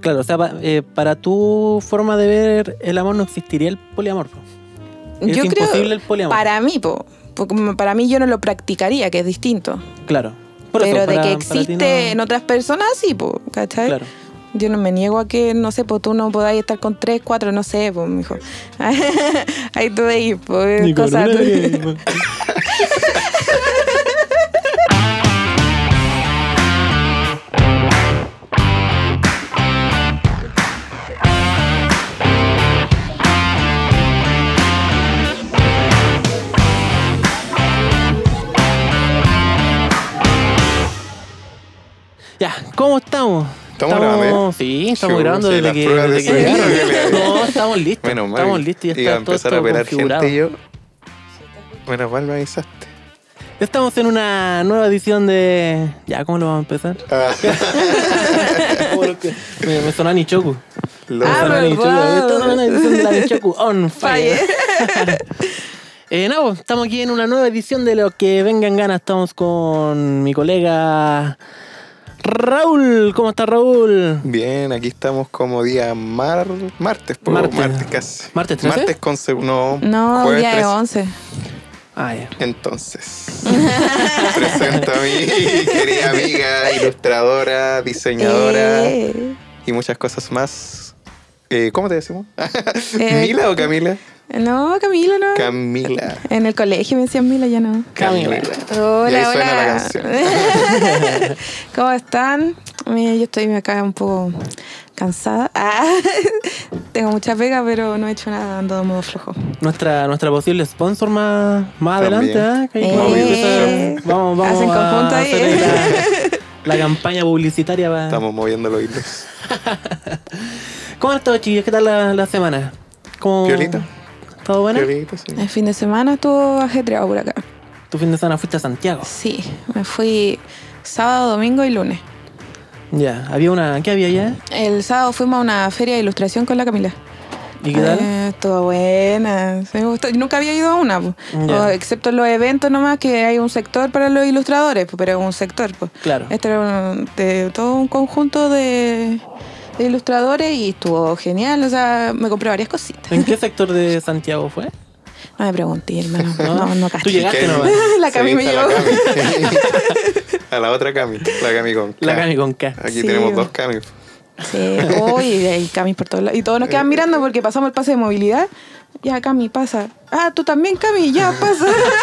Claro, o sea, para tu forma de ver el amor no existiría el poliamor. Es Yo creo, imposible el poliamor. para mí, para mí yo no lo practicaría, que es distinto. Claro. Por Pero eso, de que para existe ti no- en otras personas, sí, ¿cachai? Claro. Yo no me niego a que, no sé, tú no podáis estar con 3, 4, no sé, mijo. Ahí tú veis, Ni con cosas. una que- Ya, ¿cómo estamos? ¿Estamos grabando ya? Sí, estamos Chucha, grabando desde las que, pruebas de desde que sonido llegaron. que le- No, estamos listos. Menos mal. Estamos listos, ya Iba a está todo empezar a esto pelar configurado. gente y yo. Menos mal me avisaste. Estamos en una nueva edición de... Ya, ¿cómo lo vamos a empezar? Ah, Me sonó a Nichoku. lo- Ah, Me sonó a Nichoku. ¿verdad? Esta es una edición de la Nichoku on fire. Fire. No, estamos aquí en una nueva edición de Lo que vengan ganas. Estamos con mi colega Raúl. ¿Cómo está Raúl? Bien, aquí estamos como día martes, Martes. casi. ¿Martes 13? Martes con no, No, jueves día de 13. 11. Ah, ya. Entonces, presento a mi querida amiga, ilustradora, diseñadora y muchas cosas más. ¿Cómo te decimos? ¿Mila o Camila? No, Camila, no. Camila. En el colegio me decían Mila, ya no. Camila. Y ahí Hola, suena la hola. canción. ¿Cómo están? Yo estoy acá un poco cansada. Tengo mucha pega, pero no he hecho nada, ando de modo flojo. Nuestra posible sponsor más adelante, También. ¿eh? Que ahí vamos a Eh. empezar- vamos Hacen a conjunto ahí, hacer ahí la campaña publicitaria para... Estamos moviendo los hilos. ¿Cómo han estado, chiquillos? ¿Qué tal la semana? ¿Cómo... Piolita. ¿Todo bueno? Piolita, sí. El fin de semana estuvo ajetreado por acá. ¿Tu fin de semana fuiste a Santiago? Sí, me fui sábado, domingo y lunes. Ya, había una... ¿Qué había ya? El sábado fuimos a una feria de ilustración con la Camila. ¿Y qué tal? Estuvo buena. Sí, me gustó. Yo nunca había ido a una, Ya. excepto en los eventos nomás, que hay un sector para los ilustradores, pero es un sector. Claro. Este era de todo un conjunto de ilustradores y estuvo genial. O sea, me compré varias cositas. ¿En qué sector de Santiago fue? No me pregunté, hermano. ¿No? No Tú caché. llegaste ¿Qué? nomás. La Cami me Seguiste a llevó. la Cami. A la otra Cami, la Cami con K. La Cami con K. Aquí Sí. tenemos dos Cami. Sí, uy, hay camis por todos lados. Y todos nos quedan mirando porque pasamos el pase de movilidad. Ya, Cami, pasa. Ah, tú también, Cami, ya, pasa.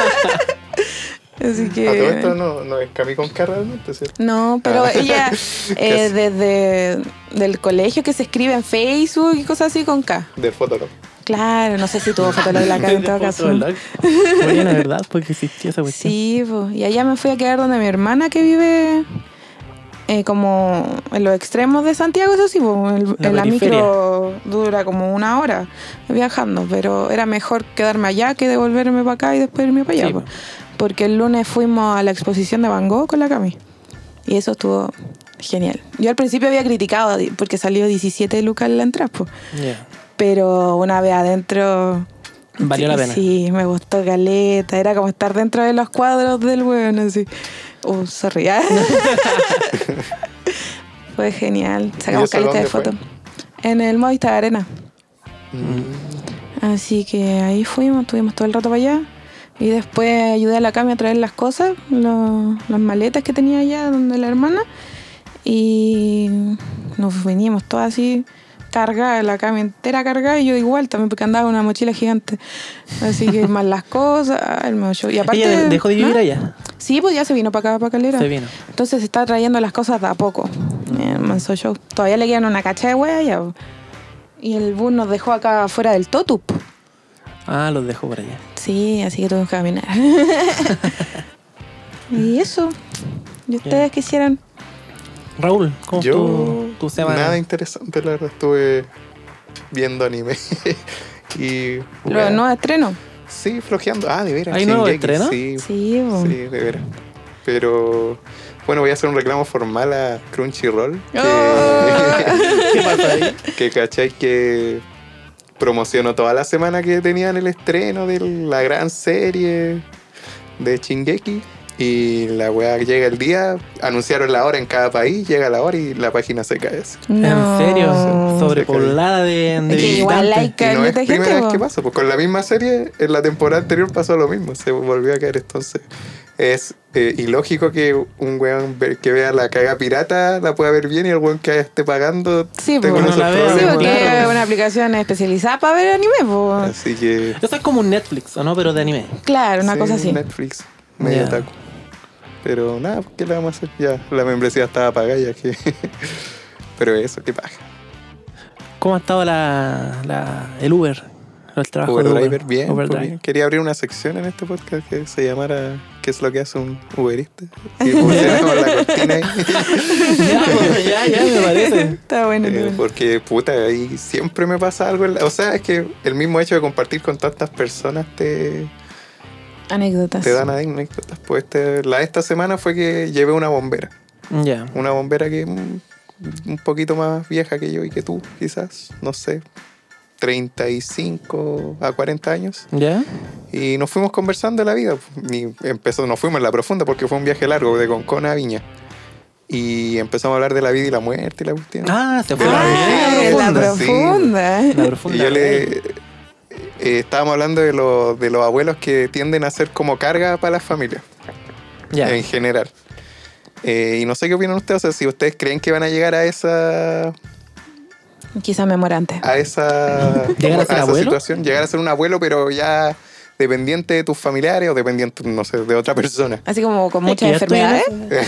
Así que... A todo esto no es Cami con K realmente, ¿cierto? No, pero Ah. ella Casi. desde del colegio que se escribe en Facebook y cosas así con K. De Fotolog. Claro, no sé si tuvo Fotolog la K en todo caso. Oye, la verdad, porque existía esa cuestión. Sí, pues. Y allá me fui a quedar donde mi hermana que vive como en los extremos de Santiago, eso sí, pues, La en la periferia. micro dura como 1 hora viajando, pero era mejor quedarme allá que devolverme para acá y después irme para allá. Sí, pues. Porque el lunes fuimos a la exposición de Van Gogh con la Cami. Y eso estuvo genial. Yo al principio había criticado porque salió 17 lucas la entrada, pues. Ya. Pero una vez adentro... Valió la pena. Sí, me gustó caleta. Era como estar dentro de los cuadros del weón, así. Sorry. Fue genial. Sacamos ¿Y eso caleta de dónde fue? fotos. En el Movistar Arena. Así que ahí fuimos, estuvimos todo el rato para allá. Y después ayudé a la Cami a traer las cosas, las maletas que tenía allá donde la hermana. Y nos veníamos todas así cargadas, la Cami entera cargada y yo igual también porque andaba con una mochila gigante. Así que más las cosas, el medio show. Y aparte, ¿Ella dejó de vivir ¿no? allá? Sí, pues ya se vino para acá, para Calera. Se vino. Entonces se está trayendo las cosas de a poco. Manso show. Todavía le quedan una cacha de hueá ya. Po. Y el bus nos dejó acá afuera del Totup. Ah, los dejó por allá. Sí, así que tuvimos que caminar. Y eso. ¿Y ustedes quisieran? Raúl, ¿cómo Yo, estuvo tu semana? nada interesante, la verdad. Estuve viendo anime. Y Los nuevos estrenos. sí, flojeando. Ah, de veras. ¿Hay nuevo Shingeki, estreno? Sí, Sí, po. sí, de veras. Pero bueno, voy a hacer un reclamo formal a Crunchyroll. ¿Qué pasa ahí? Que cachai que promocionó toda la semana que tenían el estreno de la gran serie de Shingeki. Y la weá llega el día, anunciaron la hora en cada país, llega la hora y la página se cae. ¿En serio? Sobrepoblada de igual visitantes. Y no es primera vez que pasa, pues con la misma serie en la temporada anterior pasó lo mismo, se volvió a caer. Entonces es ilógico que un weón que vea la caga pirata la pueda ver bien y el weón que esté pagando tenga no la vea. Sí, porque Claro. es una aplicación especializada para ver anime, pues. Así que Eso es como un Netflix, ¿o no? Pero de anime. Claro, una sí, cosa así. Netflix, medio Ya. otaku. Pero nada, ¿qué le vamos a hacer? Ya, la membresía estaba pagada ya que... Pero eso, qué paja. ¿Cómo ha estado el Uber? El trabajo de Uberdriver, bien, Uber pues, Driver. bien. Quería abrir una sección en este podcast que se llamara ¿Qué es lo que hace un Uberista? Y pusiéramos la cortina ahí. Ya, me parece. Está bueno. está bueno. Porque, puta, ahí siempre me pasa algo. O sea, es que el mismo hecho de compartir con tantas personas te Anécdotas. dan anécdotas. Pues esta semana fue que llevé una bombera. Ya. Una bombera que un poquito más vieja que yo y que tú, quizás, no sé, 35 a 40 años. ¿Ya? Y nos fuimos conversando de la vida. Nos fuimos en la profunda porque fue un viaje largo de Concón a Viña. Y empezamos a hablar de la vida y la muerte y la cuestión. Ah, se fue De la en la vejez, profunda. sí. La profunda. Y yo estábamos hablando de los abuelos que tienden a ser como carga para las familias, Ya. en general. Y no sé qué opinan ustedes, o sea, si ustedes creen que van a llegar a esa Quizá memorante. ¿Llegar a ser esa abuelo? situación? Llegar a ser un abuelo, pero ya dependiente de tus familiares o dependiente, no sé, de otra persona. Así como con muchas Es que ya estoy en enfermedades.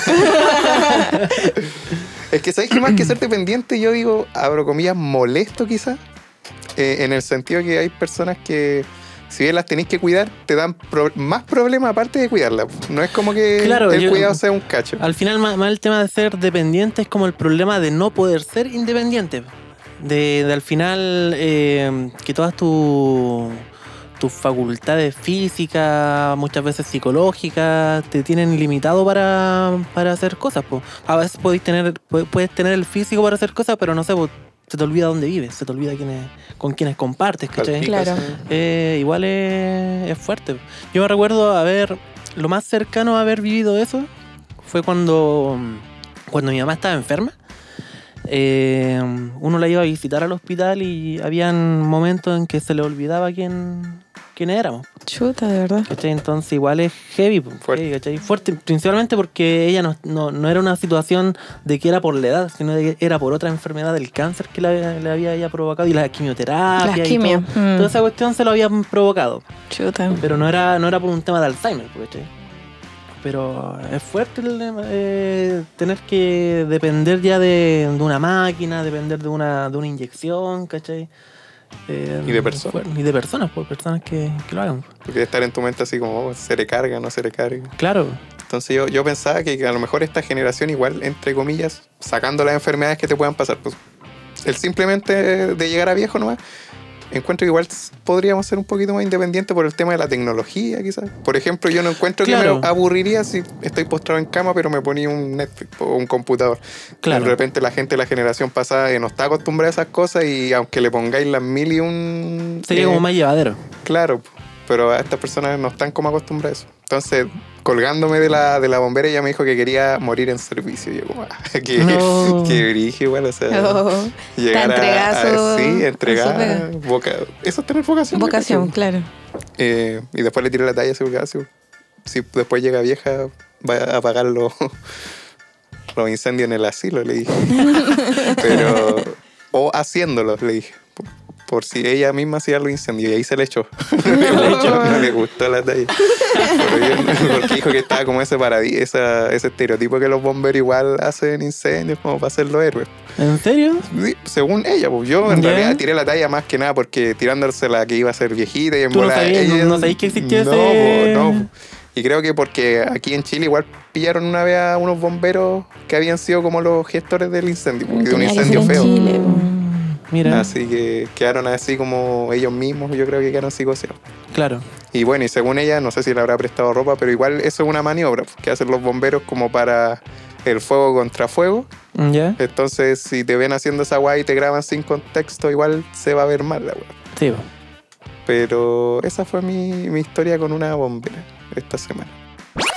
Es que, ¿sabes qué? Más que ser dependiente, yo digo, abro comillas, molesto quizás, en el sentido que hay personas que, si bien las tenéis que cuidar, te dan más problemas aparte de cuidarlas. No es como que Claro, el cuidado sea un cacho. Al final, más el tema de ser dependiente es como el problema de no poder ser independiente. De al final, que todas tus facultades físicas, muchas veces psicológicas, te tienen limitado para hacer cosas. Po. A veces puedes tener el físico para hacer cosas, pero no sé, se te olvida dónde vives, se te olvida con quiénes compartes, ¿cachai? Claro. Igual es fuerte. Yo me recuerdo lo más cercano a haber vivido eso fue cuando mi mamá estaba enferma. Uno la iba a visitar al hospital y habían momentos en que se le olvidaba quién éramos. Chuta, de verdad. ¿Cachai? Entonces igual es heavy, Fuerte. ¿cachai? Fuerte, principalmente porque ella no era una situación de que era por la edad, sino de que era por otra enfermedad del cáncer que le había ella provocado y la quimioterapia. Las y quimios. toda esa cuestión se lo habían provocado. Chuta. Pero no era por un tema de Alzheimer, ¿cachai? Pero es fuerte tener que depender ya de una máquina, depender de una inyección, ¿cachai? Y de personas. Y de personas, pues, personas que lo hagan. Porque estar en tu mente así como, se le carga, no se le carga. Claro. Entonces yo pensaba que a lo mejor esta generación igual, entre comillas, sacando las enfermedades que te puedan pasar, pues el simplemente de llegar a viejo nomás, encuentro que igual podríamos ser un poquito más independientes por el tema de la tecnología, quizás. Por ejemplo, yo no encuentro Claro. que me aburriría si estoy postrado en cama, pero me ponía un Netflix o un computador. Claro. De repente la gente de la generación pasada no está acostumbrada a esas cosas y aunque le pongáis las 1001... Sería como más llevadero. Claro, pero a estas personas no están como acostumbradas a eso. Entonces, colgándome de la bombera, ella me dijo que quería morir en servicio. Y yo como, No. que brillo igual, o sea... Oh, Llegar entregazo. sí, entregar Eso pega. eso es tener vocación. Vocación, ¿no? claro. Y después le tiré la talla si después llega vieja va a apagar los incendios en el asilo, le dije. O haciéndolos, le dije, por si ella misma hacía los incendios, y ahí se le echó. No le gustó la talla. Porque dijo que estaba como ese estereotipo que los bomberos igual hacen incendios como para ser los héroes. ¿En serio? Sí, según ella, pues yo en ¿Ya? realidad tiré la talla más que nada porque tirándosela que iba a ser viejita y en ¿Tú no bola, sabías- ella- no sabías que existía no, ese- no. Y creo que porque aquí en Chile igual pillaron una vez a unos bomberos que habían sido como los gestores del incendio, y de un Tenía que incendio ser en feo. Chile. Mira, Así que quedaron así como ellos mismos, yo creo que quedaron psicoseados. claro. Y bueno, y según ella, no sé si le habrá prestado ropa, pero igual eso es una maniobra pues, que hacen los bomberos como para el fuego contra fuego. ¿Ya? Entonces, si te ven haciendo esa guay y te graban sin contexto, igual se va a ver mal la weá. Sí. Pero esa fue mi historia con una bombera esta semana.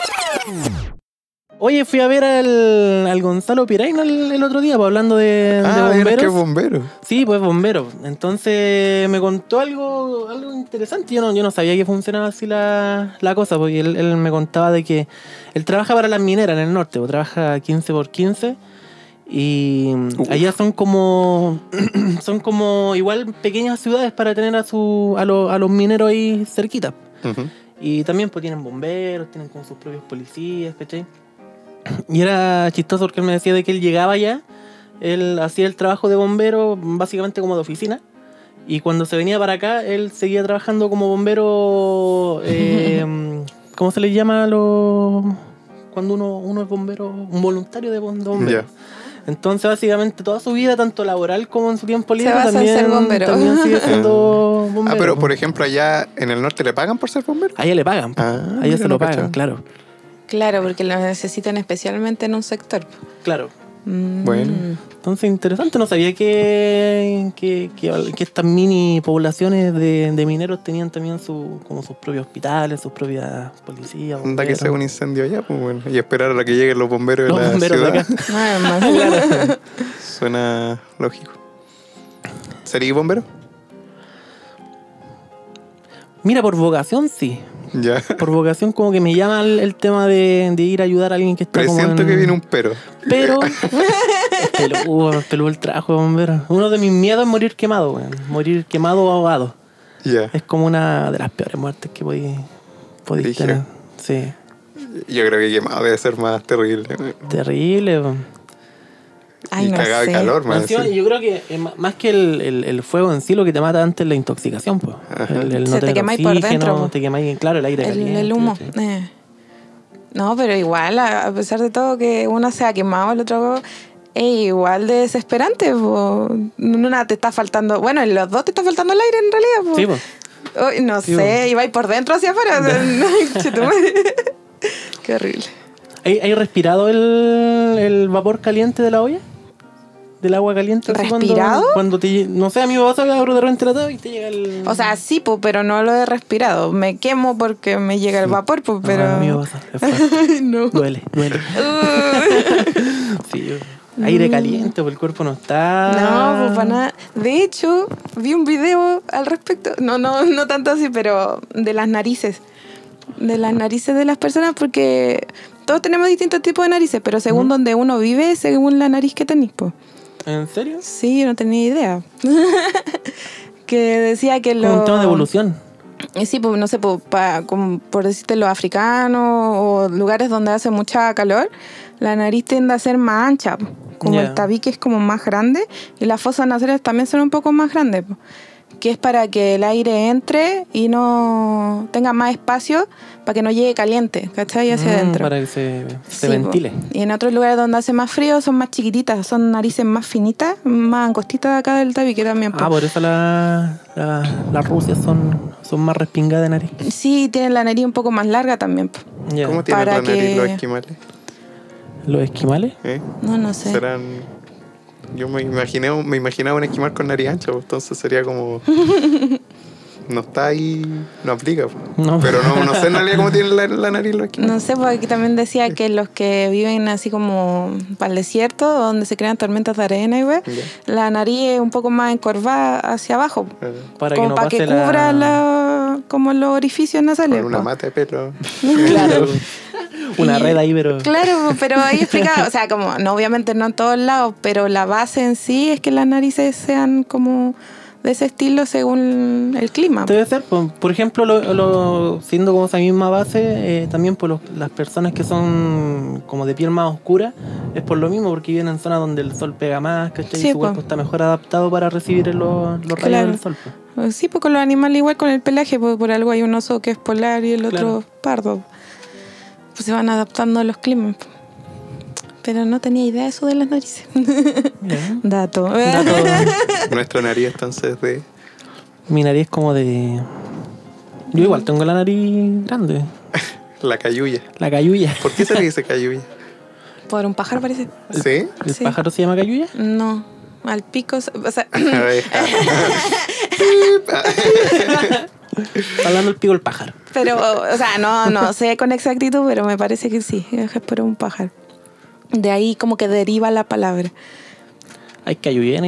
Oye, fui a ver al Gonzalo Piraina el otro día, pues, hablando de bomberos. ¿Qué bombero? Sí, pues bombero. Entonces me contó algo interesante. Yo no sabía que funcionaba así la cosa, porque él me contaba de que él trabaja para las mineras en el norte, pues, trabaja 15x15 y allá son como igual pequeñas ciudades para tener a los mineros ahí cerquita. Uh-huh. Y también pues tienen bomberos, tienen como sus propios policías, ¿cachai? Y era chistoso porque él me decía de que él llegaba allá, él hacía el trabajo de bombero básicamente como de oficina, y cuando se venía para acá, él seguía trabajando como bombero, ¿cómo se le llama cuando uno es bombero? Un voluntario de bombero. Yeah. Entonces básicamente toda su vida, tanto laboral como en su tiempo libre, también sigue siendo bombero. Pero por ejemplo allá en el norte le pagan por ser bombero. A ella le pagan, a ella se lo pagan, claro. Claro, porque lo necesitan especialmente en un sector. Claro. Bueno. Entonces, interesante. No sabía que estas mini poblaciones de mineros tenían también como sus propios hospitales, sus propias policías. Anda que sea un incendio allá, pues bueno. Y esperar a que lleguen los bomberos de la bomberos ciudad. de acá. Claro. Suena lógico. ¿Sería bombero? Mira, por vocación sí. Ya. Por vocación como que me llama el tema de ir a ayudar a alguien que está Presiento que viene un pero. Pero peludo el trabajo de bombero. Uno de mis miedos es morir quemado, weón. Morir quemado o ahogado. Ya. Es como una de las peores muertes que podéis tener. Sí. Yo creo que quemado debe ser más terrible. Terrible, weón. Ay, y no cagado sé. de calor, man. Encima, yo creo que más que el fuego en sí, lo que te mata antes es la intoxicación, pues. El no te quemáis por dentro, po. te quemáis, claro, el aire caliente. El humo. Sí. No, pero igual, a pesar de todo que uno se ha quemado, el otro es igual de desesperante. Po. Una te está faltando, bueno, en los dos te está faltando el aire en realidad. Po. Sí, pues. No Sí, sé, y vais por dentro hacia afuera. Qué horrible. ¿Hay respirado el vapor caliente de la olla? ¿Del agua caliente? ¿Respirado? Cuando no sé, a mí me pasa que abro de repente la tapa y te llega el... O sea, sí, po, pero no lo he respirado. Me quemo porque me llega el vapor, po, pero... No, a mí me pasa, es fuerte. No. Duele. Sí, aire caliente, pues el cuerpo no está... No, pues para nada. De hecho, vi un video al respecto. No tanto así, pero de las narices. De las narices de las personas, porque todos tenemos distintos tipos de narices, pero según donde uno vive, según la nariz que tenés, pues. ¿En serio? Sí, yo no tenía idea. Que decía que Como un tema de evolución. Sí, pues no sé, pues, como por decirte los africanos o lugares donde hace mucha calor, la nariz tiende a ser más ancha, como el tabique es como más grande y las fosas nasales también son un poco más grandes, que es para que el aire entre y no tenga más espacio para que no llegue caliente, ¿cachai? Hacia adentro. Para que se ventile. Y en otros lugares donde hace más frío son más chiquititas, son narices más finitas, más angostitas acá del tabique también. Por eso las rusias son más respingadas de nariz. Sí, tienen la nariz un poco más larga también. Yeah. ¿Cómo tienen la nariz los esquimales? ¿Los esquimales? No sé. Serán... Yo me imaginaba un esquimal con nariz ancha, pues, entonces sería como... No está ahí, no aplica. Pues. No. Pero no sé en realidad cómo tienen la nariz los esquimales. No sé, porque aquí también decía que los que viven así como para el desierto, donde se crean tormentas de arena y la nariz es un poco más encorvada hacia abajo. Para como que no para pase que cubra como los orificios nasales. Con una mata de pelo. Claro. Una red ahí, pero... Claro, pero ahí explicaba, o sea, como, no, obviamente no en todos lados, pero la base en sí es que las narices sean como de ese estilo según el clima. Debe ser, por ejemplo, siendo como esa misma base, también por las personas que son como de piel más oscura, es por lo mismo, porque viven en zonas donde el sol pega más, ¿cachai? Sí, y su cuerpo está mejor adaptado para recibir los rayos del sol. Sí, pues con los animales igual con el pelaje, pues por algo hay un oso que es polar y el otro pardo. Pues se van adaptando a los climas. Pero no tenía idea eso de las narices. Dato. Nuestra nariz entonces de... Mi nariz es como de... Yo igual tengo la nariz grande. La cayuya. La cayuya. ¿Por qué se le dice cayuya? Por un pájaro parece. ¿Sí? ¿El pájaro se llama cayuya? No. Al pico... O sea... Hablando del pico del pájaro. Pero, o sea, no sé con exactitud, pero me parece que sí, es por un pájaro. De ahí como que deriva la palabra. Hay que ayudar,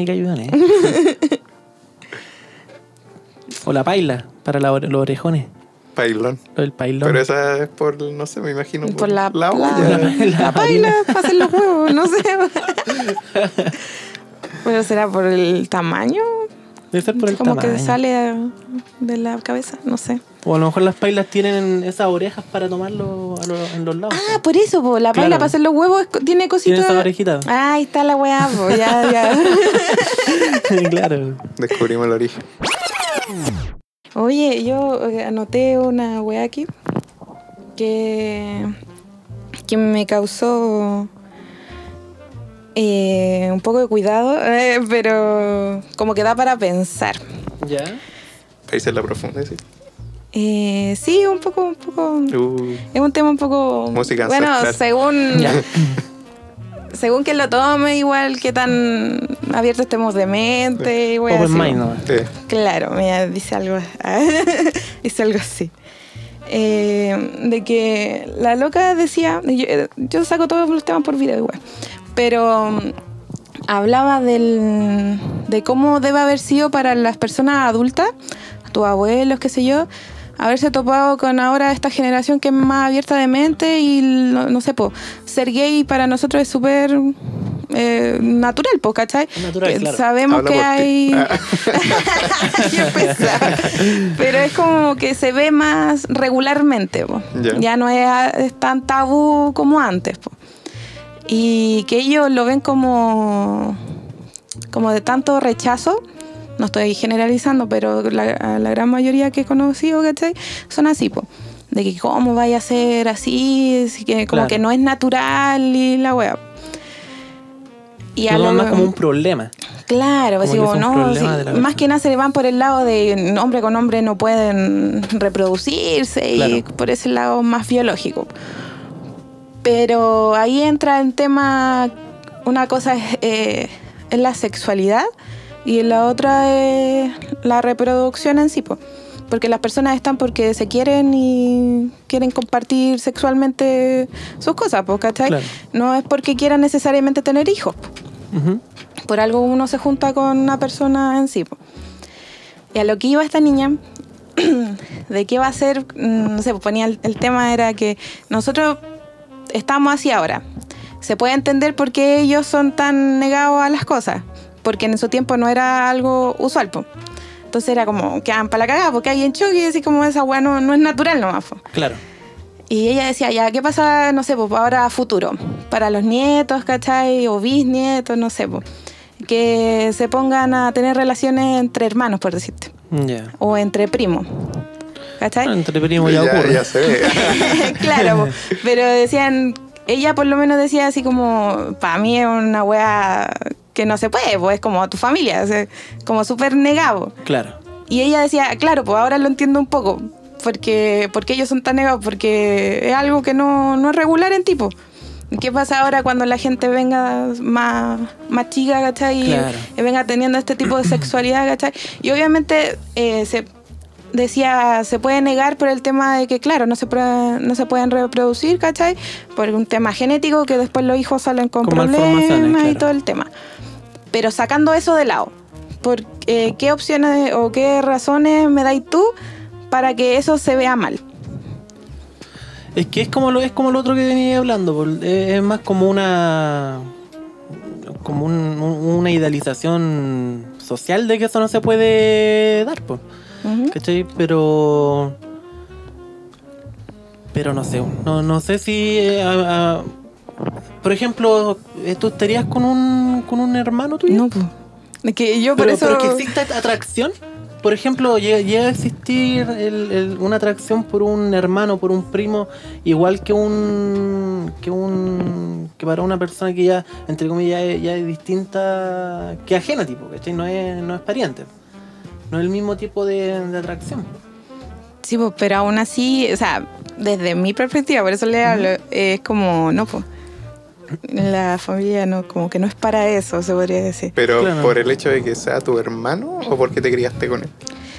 O la paila, para los orejones. Pailón. El pailón. Pero esa es por, no sé, me imagino. Por la olla. La paila para hacer los huevos, no sé. Pero será por el tamaño. Debe ser por el como tamaño. Que sale de la cabeza, no sé. O a lo mejor las pailas tienen esas orejas para tomarlo en los lados. Ah, por eso, la paila para hacer los huevos tiene cositas. Tiene esas orejitas. Ah, ahí está la weá, ya. Claro. Descubrimos el origen. Oye, yo anoté una weá aquí que me causó un poco de cuidado, pero como que da para pensar. ¿Ya? Países la profunda, sí. Sí, un poco. Es un tema un poco... Música bueno, ancestral. según que lo tome, igual que tan abiertos estemos de mente. Open mind, ¿no? Sí. Claro, mira, dice algo así. De que la loca decía, yo saco todos los temas por video igual, pero hablaba de cómo debe haber sido para las personas adultas, tus abuelos, qué sé yo, haberse topado con ahora esta generación que es más abierta de mente y no sé, ser gay para nosotros es súper natural, ¿cachai? Natural, claro. Sabemos Habla que por hay... Qué pesado. Pero es como que se ve más regularmente, ya no es tan tabú como antes, y que ellos lo ven como de tanto rechazo. No estoy generalizando, pero la gran mayoría que he conocido, ¿cachai? Son así, de que cómo vaya a ser así, que como que no es natural y la wea. Y a lo más como un problema. Claro, pues digo, no, más que nada se le van por el lado de hombre con hombre no pueden reproducirse, y por ese lado más biológico. Pero ahí entra el tema, una cosa es la sexualidad y la otra es la reproducción en sí, porque las personas están porque se quieren y quieren compartir sexualmente sus cosas, ¿cachai? Claro. No es porque quieran necesariamente tener hijos. Uh-huh. Por algo uno se junta con una persona en sí. Y a lo que iba esta niña, de qué va a ser, no sé, ponía el tema era que nosotros estamos así ahora. Se puede entender por qué ellos son tan negados a las cosas, porque en su tiempo no era algo usual, Entonces era como, quedaban para la cagada, porque hay en shock y decir como esa weá no es natural nomás. Claro. Y ella decía, ya, ¿qué pasa, no sé, ahora a futuro? Para los nietos, ¿cachai? O bisnietos, no sé, que se pongan a tener relaciones entre hermanos, por decirte. Yeah. O entre primos. ¿Cachai? Entre primos ya ocurre. Ya se ve. Claro, pero decían, ella por lo menos decía así como, para mí es una wea que no se puede, es como tu familia, o sea, como súper negado. Claro. Y ella decía, claro, ahora lo entiendo un poco, porque ellos son tan negados, porque es algo que no es regular en tipo. ¿Qué pasa ahora cuando la gente venga más chica, ¿cachai? Claro. Y venga teniendo este tipo de sexualidad, ¿cachai? Y obviamente se puede negar por el tema de que, claro, no se pueden reproducir, ¿cachai? Por un tema genético, que después los hijos salen con problemas y todo el tema. Pero sacando eso de lado, ¿qué opciones o qué razones me dais tú para que eso se vea mal? Es que es como lo otro que venía hablando, es más como una idealización social de que eso no se puede dar, uh-huh. ¿Cachai? Pero no sé, no sé si por ejemplo, ¿tú estarías con un hermano tuyo? No, pues. Es que yo por eso... Pero que exista atracción. Por ejemplo, llega a existir una atracción por un hermano, por un primo, igual que para una persona que ya, entre comillas, ya es distinta, que ajena, tipo, ¿cachai? No es pariente. No es el mismo tipo de atracción. Sí, pues, pero aún así, o sea, desde mi perspectiva, por eso le hablo, es como, no, pues, la familia no, como que no es para eso, se podría decir. Pero claro. ¿Por el hecho de que sea tu hermano o porque te criaste con él?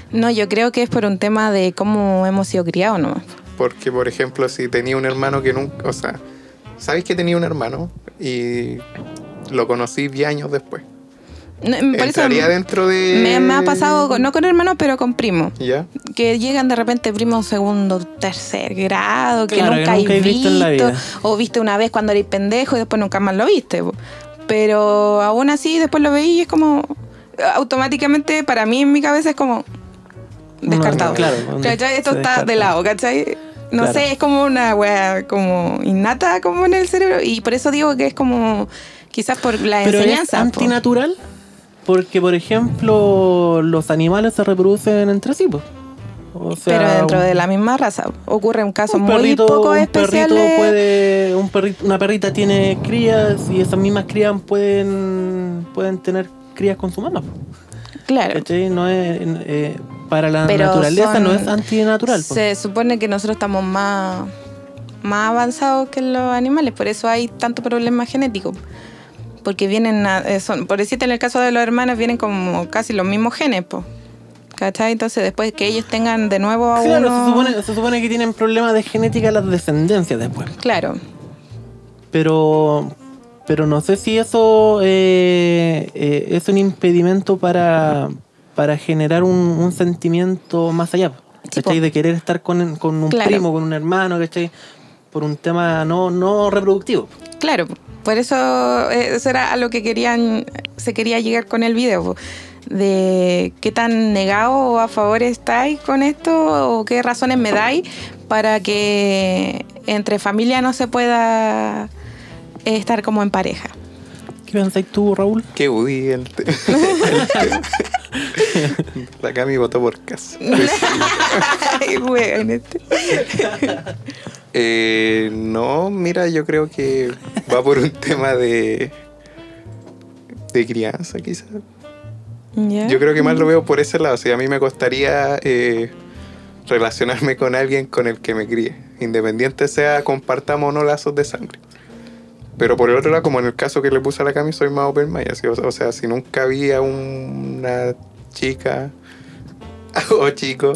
No, yo creo que es por un tema de cómo hemos sido criados, ¿no? Porque, por ejemplo, si tenía un hermano que nunca... O sea, ¿sabes que tenía un hermano? Y lo conocí 10 años después. Por Entraría eso dentro de... me ha pasado, no con hermanos, pero con primos. ¿Ya? Que llegan de repente primos segundo, tercer grado, que Claro, nunca que nunca hay he visto en la vida. o viste una vez cuando eres pendejo y después nunca más lo viste. Pero aún así después lo veí y es como... Automáticamente para mí en mi cabeza es como... descartado. Claro, ¿Cachai? Esto se está descarta. de lado, ¿cachai? No Claro. sé, es como una wea como innata como en el cerebro. Y por eso digo que es como... Quizás por la Pero enseñanza. es antinatural porque, por ejemplo, los animales se reproducen entre sí, pues. O sea, pero dentro de la misma raza. Ocurre un caso un muy perrito, poco un especial. perrito puede, una perrita tiene crías y esas mismas crías pueden tener crías con su mamá. Claro. ¿Cachai? No es, para la Pero naturaleza no es antinatural. Po. Se supone que nosotros estamos más avanzados que los animales, por eso hay tanto problema genético. Porque vienen, por decirte en el caso de los hermanos, vienen como casi los mismos genes, po. ¿Cachai? Entonces después que ellos tengan de nuevo a Claro, uno... se supone que tienen problemas de genética las descendencias después. Claro. Pero no sé si eso es un impedimento para generar un sentimiento más allá. ¿Cachai? Sí, de querer estar con un Claro. primo, con un hermano, ¿cachai? Por un tema no reproductivo. Claro, por eso era a lo que se quería llegar con el video, po, de qué tan negado o a favor estáis con esto o qué razones me dais para que entre familia no se pueda estar como en pareja. ¿Qué pensáis tú, Raúl? Qué Woody el tema. La Cami votó por casa. Ay, weón, este. No, mira, yo creo que va por un tema de crianza, quizás. ¿Ya? Yo creo que más lo veo por ese lado. O sea, a mí me costaría relacionarme con alguien con el que me críe. Independiente sea compartamos o no lazos de sangre. Pero por el otro lado, como en el caso que le puse a la Cami, soy más open mind. Así, o sea, si nunca vi a una chica o chico,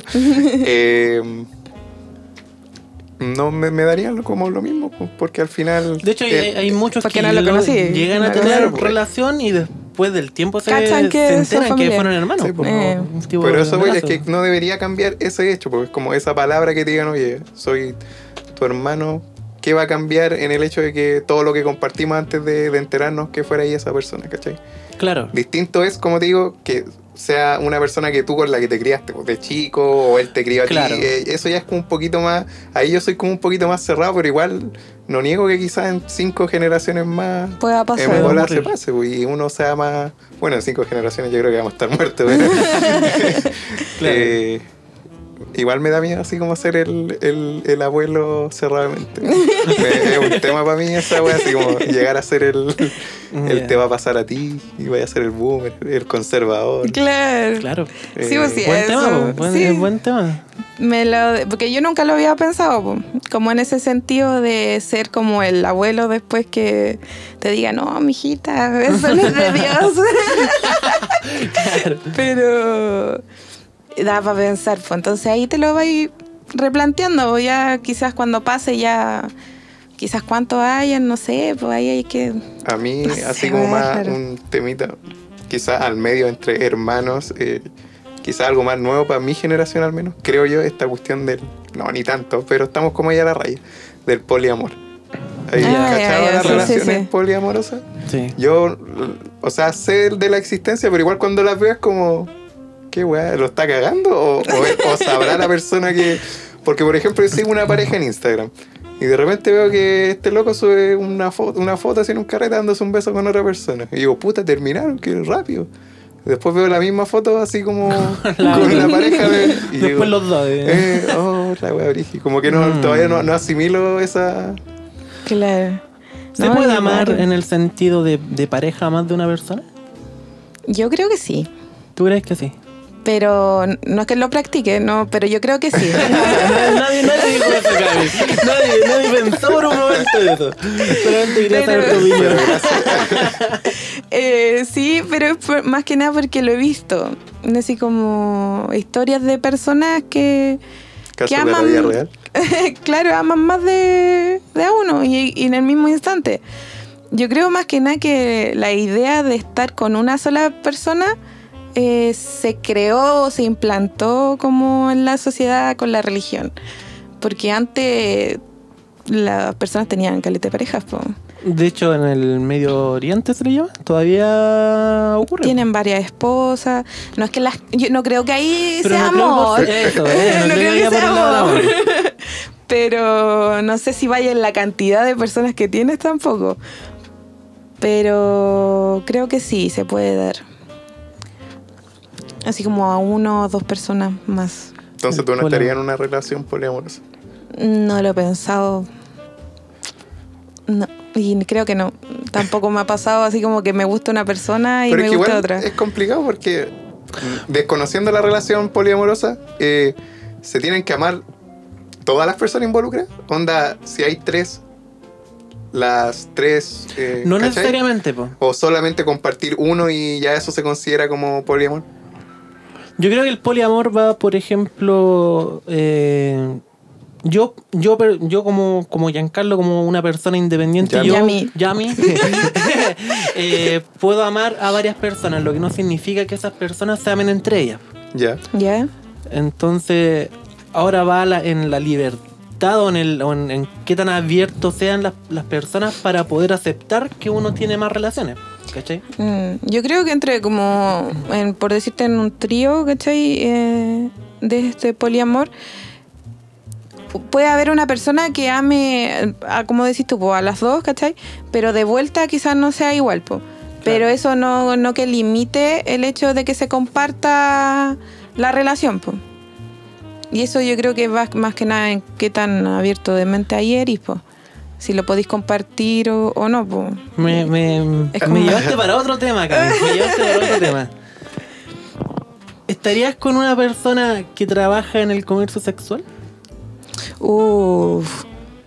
no me darían como lo mismo, porque al final... De hecho, hay muchos porque que no lo conocí. llegan a No, tener claro, relación y después del tiempo se Cachan que son enteran que familia. fueron hermanos. Sí, por un tipo Pero de eso, güey, es embarazo. que no debería cambiar ese hecho, porque es como esa palabra que te digan, oye, soy tu hermano, ¿qué va a cambiar en el hecho de que todo lo que compartimos antes de enterarnos que fuera ahí esa persona, ¿cachai? Claro. Distinto es, como te digo, que sea una persona que tú con la que te criaste, pues, de chico, o él te crió a Claro. ti. Eso ya es como un poquito más... Ahí yo soy como un poquito más cerrado, pero igual no niego que quizás en 5 generaciones más... Pueda pasar. En bola Ocurrir. se pase, pues, y uno sea más... Bueno, en 5 generaciones yo creo que vamos a estar muertos, pero... Claro. Igual me da miedo así como ser el abuelo cerradamente. Es un tema para mí esa wea, así como llegar a ser el Ya. te va a pasar a ti y vaya a ser el boomer, el conservador. Claro. Claro. Sí, pues sí, Buen eso, tema, po. sí. Buen tema. Porque yo nunca lo había pensado, po, como en ese sentido de ser como el abuelo después que te diga, no, mijita, eso no es de Dios. Pero da para pensar, pues entonces ahí te lo vais replanteando, pues ya quizás cuando pase ya, quizás cuánto hayan, no sé, pues ahí hay que... A mí, No sé, así como más claro. un temita, quizás al medio entre hermanos, quizás algo más nuevo para mi generación al menos, creo yo, esta cuestión del, no, ni tanto, pero estamos como ya a la raya, del poliamor. ¿Ahí Ah, cachado ya, las sí, relaciones sí, sí. poliamorosas? Sí. Yo, o sea, sé de la existencia, pero igual cuando las veo es como, ¿qué weá? ¿Lo está cagando? ¿O sabrá la persona que...? Porque, por ejemplo, yo sigo una pareja en Instagram y de repente veo que este loco sube una foto así en un carrete dándose un beso con otra persona. Y digo, puta, terminaron, qué rápido. Después veo la misma foto así como con la pareja de... Y Después digo, los dos. la weá brígida. Como que todavía no asimilo esa... Claro. ¿Se No, puede igual. amar en el sentido de pareja a más de una persona? Yo creo que sí. ¿Tú crees que sí? Pero no es que lo practique, no, pero yo creo que sí. nadie dijo eso, Cami. Nadie pensó por un momento de eso. Solamente quería saber tu opinión. Sí, pero es más que nada porque lo he visto. Así como historias de personas que ¿Casos aman, de la vida real? claro, aman más de a uno y en el mismo instante. Yo creo más que nada que la idea de estar con una sola persona se creó, se implantó como en la sociedad con la religión. Porque antes las personas tenían caleta de parejas, po. De hecho, en el Medio Oriente se le llama, todavía ocurre. Tienen varias esposas. No es que yo no creo que ahí Pero sea no amor. Eso, no creo que por sea el lado amor. del amor. Pero no sé si vaya en la cantidad de personas que tienes tampoco. Pero creo que sí, se puede dar. Así como a 1 o 2 personas más. Entonces tú no estarías en una relación poliamorosa. No lo he pensado. No. Y creo que no. Tampoco me ha pasado así como que me gusta una persona y Pero me es que gusta igual otra. es complicado porque desconociendo la relación poliamorosa, se tienen que amar todas las personas involucradas. Onda, si hay 3, las 3... No ¿cachai? necesariamente, po. O solamente compartir uno y ya eso se considera como poliamor. Yo creo que el poliamor va, por ejemplo, yo como Giancarlo, como una persona independiente, Yami, puedo amar a varias personas, lo que no significa que esas personas se amen entre ellas. Ya. ¿Ya? Entonces, ahora va en la libertad o en qué tan abiertos sean las personas para poder aceptar que uno tiene más relaciones. ¿Cachai? Yo creo que entre como, por decirte, en un trío, ¿cachai? De este poliamor, puede haber una persona que ame, como decís tú, po, a las dos, ¿cachai? Pero de vuelta quizás no sea igual, po. Pero eso no que limite el hecho de que se comparta la relación, po. Y eso yo creo que va más que nada en qué tan abierto de mente hay eres, po. Si lo podéis compartir o no, pues. Me llevaste para otro tema, Cami. Me llevaste para otro tema. ¿Estarías con una persona que trabaja en el comercio sexual? Uff.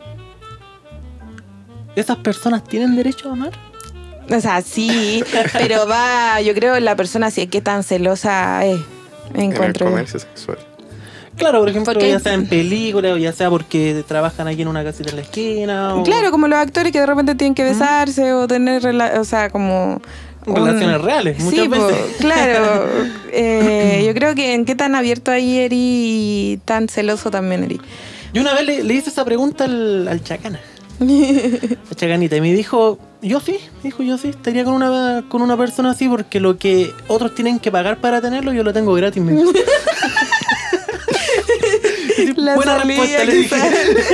¿Esas personas tienen derecho a amar? O sea, sí, pero yo creo la persona sí qué tan celosa es. En el comercio sexual. Claro, por ejemplo, ya sea en películas o ya sea porque trabajan aquí en una casita en la esquina. O... Claro, como los actores que de repente tienen que besarse o tener, o sea, como... relaciones reales, muchas veces. Claro. Yo creo que en qué tan abierto ahí eri y tan celoso también eri. Yo una vez le hice esa pregunta al Chacana. A Chacanita, y me dijo, yo sí, estaría con una persona así porque lo que otros tienen que pagar para tenerlo, yo lo tengo gratis. Me dijo. Buena respuesta, le dije.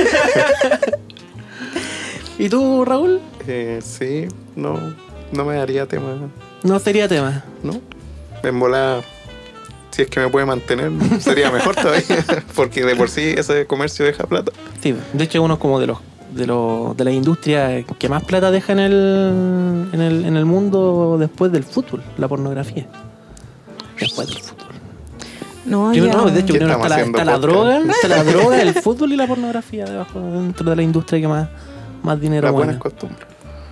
¿Y tú, Raúl? Sí, no me daría tema. No sería tema. ¿No? En volada, si es que me puede mantener, sería mejor todavía. Porque de por sí ese comercio deja plata. Sí, de hecho uno como de la industria que más plata deja en el mundo después del fútbol, la pornografía. Después del fútbol. No, de hecho, está la droga, el fútbol y la pornografía dentro de la industria que más dinero la mueve. buena costumbre.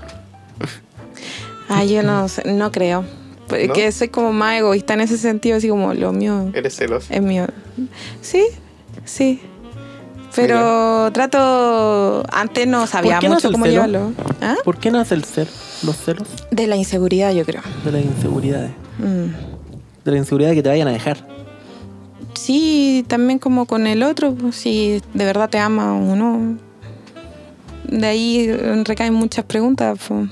Yo no creo. Porque ¿No? soy como más egoísta en ese sentido, así como lo mío. ¿Eres celoso? Es mío. Sí. Pero trato... Antes no sabía mucho cómo llevarlo. ¿Ah? ¿Por qué nace los celos? De la inseguridad, yo creo. De las inseguridades. De la inseguridad de que te vayan a dejar. Sí, también como con el otro, pues, si de verdad te ama o no. De ahí recaen muchas preguntas. Pues.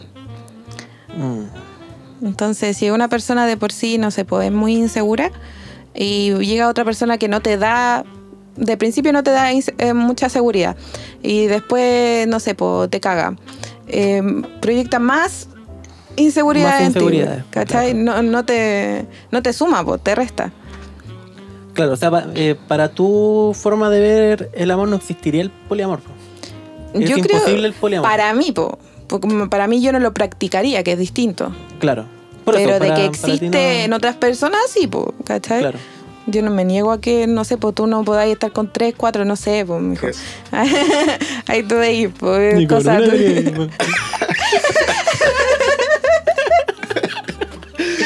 Entonces, si una persona de por sí, no sé, pues es muy insegura y llega otra persona que no te da, de principio no te da mucha seguridad y después, no sé, pues te caga. Proyecta más inseguridad en ti, ¿cachai? Claro. No te suma, pues te resta. Claro, o sea, para tu forma de ver el amor no existiría el poliamor. Es yo imposible creo, el poliamor. Para mí, porque para mí yo no lo practicaría, que es distinto. Claro. Pero de que existe en otras personas, sí, ¿cachai? Claro. Yo no me niego a que, no sé, tú no podáis estar con 3, 4, no sé, mijo. Yes. Ahí tú de ahí, cosas.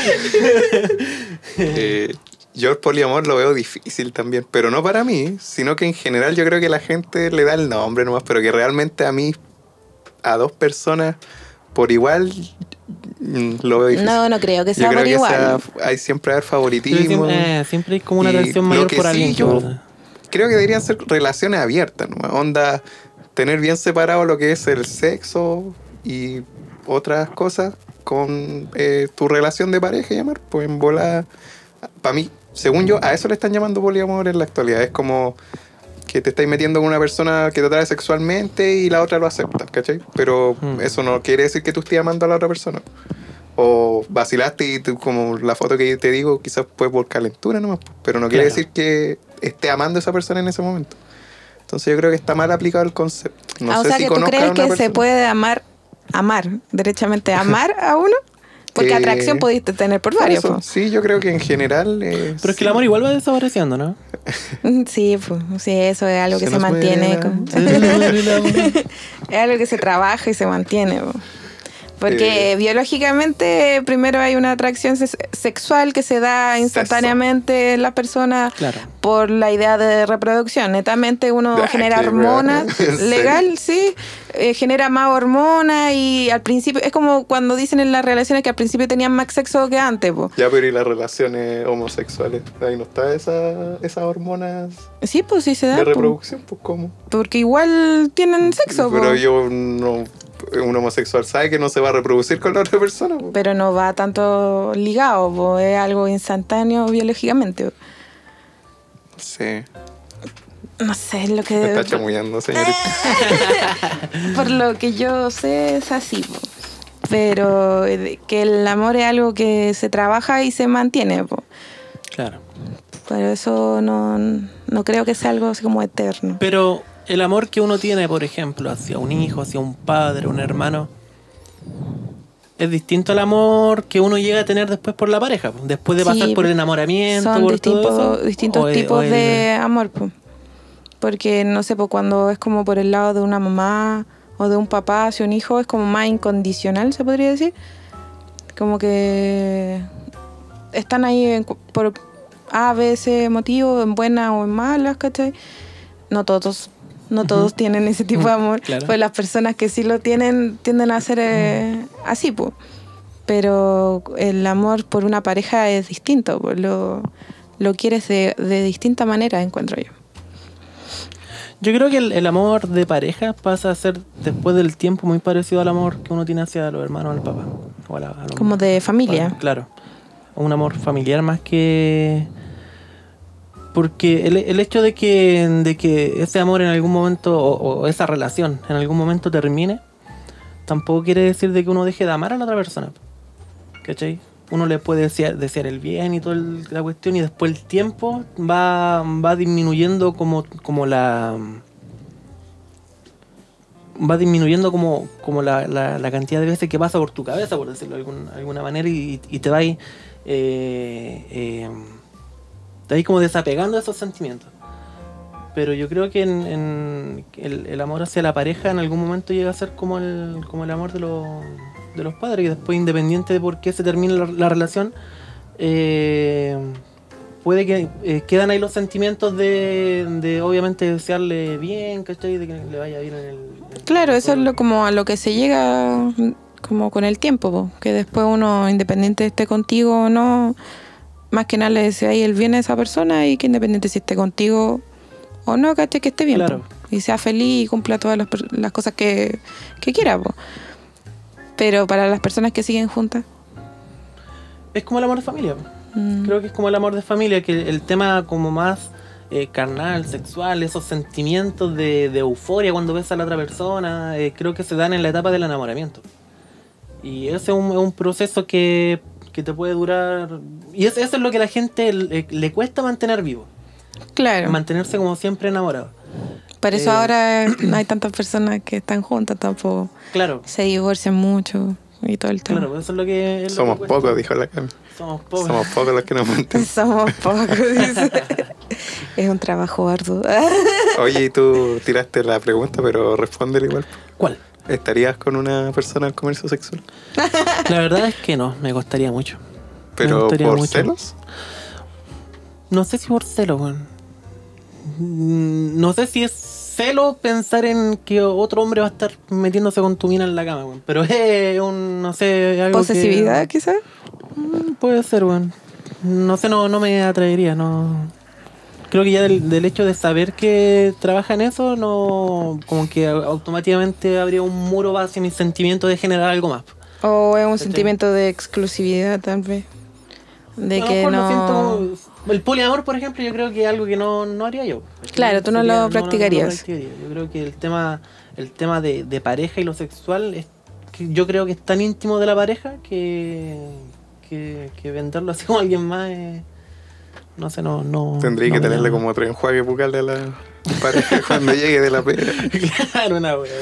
Yo el poliamor lo veo difícil también, pero no para mí, sino que en general yo creo que la gente le da el nombre nomás, pero que realmente a mí, a dos personas por igual, lo veo difícil. No creo que sea yo creo por que igual. hay siempre haber favoritismo. Siempre hay como una atracción mayor por alguien. Creo que deberían ser relaciones abiertas, ¿no? Onda, tener bien separado lo que es el sexo y otras cosas con tu relación de pareja, llamar, pues en bola. Para mí, según yo, a eso le están llamando poliamor en la actualidad. Es como que te estáis metiendo con una persona que te atrae sexualmente y la otra lo acepta, ¿cachai? Pero eso no quiere decir que tú estés amando a la otra persona. O vacilaste y tú, como la foto que te digo, quizás fue por calentura nomás, pero no quiere decir que esté amando a esa persona en ese momento. Entonces yo creo que está mal aplicado el concepto. No sé o sea, si que tú conozcas crees a una que persona. se puede amar, derechamente amar a uno, porque atracción pudiste tener por varios. Eso, sí, yo creo que en general... pero es que el amor igual va desapareciendo, ¿no? Sí, pues, sí, eso es algo que se nos mantiene. muere Es algo que se trabaja y se mantiene. Porque biológicamente primero hay una atracción sexual que se da instantáneamente en la persona por la idea de reproducción. Netamente uno genera hormonas, legal, sí, genera más hormonas y al principio, es como cuando dicen en las relaciones que al principio tenían más sexo que antes. Ya, pero ¿y las relaciones homosexuales? Ahí no está esas hormonas sí, pues sí se da. De reproducción, pues ¿cómo? Porque igual tienen sexo. Pero yo no... Un homosexual sabe que no se va a reproducir con la otra persona. Po. Pero no va tanto ligado, po. Es algo instantáneo biológicamente. Sí. No sé, lo que... Me está chamullando, señorita. Por lo que yo sé es así, po. Pero que el amor es algo que se trabaja y se mantiene, po. Claro. Pero eso no creo que sea algo así como eterno. Pero el amor que uno tiene, por ejemplo, hacia un hijo, hacia un padre, un hermano, es distinto al amor que uno llega a tener después por la pareja, después de pasar por el enamoramiento. Son por todo eso, distintos tipos de amor, pues. Porque, no sé, pues cuando es como por el lado de una mamá o de un papá hacia un hijo, es como más incondicional, se podría decir. Como que están ahí por A, B, C motivo, en buenas o en malas, ¿cachai? No todos tienen ese tipo de amor. Claro. Pues las personas que sí lo tienen tienden a ser así, pues. Pero el amor por una pareja es distinto, pues. Lo quieres de distinta manera, encuentro yo. Yo creo que el amor de pareja pasa a ser, después del tiempo, muy parecido al amor que uno tiene hacia los hermanos o al papá. O a los como de familia. Padres, claro. Un amor familiar más que... Porque el hecho de que ese amor en algún momento, o esa relación en algún momento termine, tampoco quiere decir de que uno deje de amar a la otra persona. ¿Cachai? Uno le puede desear el bien y toda la cuestión, y después el tiempo va disminuyendo como la... Va disminuyendo como la cantidad de veces que pasa por tu cabeza, por decirlo de alguna manera, y te va ahí... Te vas como desapegando de esos sentimientos. Pero yo creo que el amor hacia la pareja en algún momento llega a ser como el amor de los padres, que después, independiente de por qué se termine la relación, puede que quedan ahí los sentimientos de obviamente desearle bien, ¿cachai? De que le vaya bien en el... Claro, eso es como a lo que se llega como con el tiempo, po. Que después uno, independiente esté contigo o no, más que nada le desea el bien a esa persona, y que independiente si esté contigo o no, ¿cachai? Que esté bien, claro. Po. Y sea feliz y cumpla todas las cosas que quiera, po. Pero para las personas que siguen juntas, es como el amor de familia. Creo que es como el amor de familia, que el tema como más carnal, sexual, esos sentimientos de euforia cuando ves a la otra persona, creo que se dan en la etapa del enamoramiento. Y ese es un proceso que te puede durar, y eso es lo que a la gente le cuesta mantener vivo. Claro. Mantenerse como siempre enamorado. Por eso ahora no hay tantas personas que están juntas tampoco. Claro. Se divorcian mucho y todo el tema. Claro, eso es lo que... Somos pocos, dijo la Cami. Somos pocos. Somos pocos los que nos mantenemos. Somos pocos, dice. Es un trabajo arduo. Oye, y tú tiraste la pregunta, pero respóndele igual. ¿Cuál? ¿Estarías con una persona del comercio sexual? La verdad es que no, me costaría mucho. ¿Pero por mucho. Celos? No sé si por celos, weón. No sé si es celo pensar en que otro hombre va a estar metiéndose con tu mina en la cama, weón. Pero es un, no sé, algo ¿posesividad, quizás? Puede ser, weón. No sé, no me atraería, no. Creo que ya del hecho de saber que trabaja en eso, no, como que automáticamente habría un muro hacia mi sentimiento de generar algo más. O es un sentimiento de exclusividad, tal vez. De que no... El poliamor, por ejemplo, yo creo que es algo que no haría yo. Claro, tú no lo practicarías. Yo creo que el tema de pareja y lo sexual es que yo creo que es tan íntimo de la pareja que venderlo así como alguien más no sé, no. Tendría que tenerle como otro enjuague bucal de la pareja cuando llegue de la pega. Claro, una wea.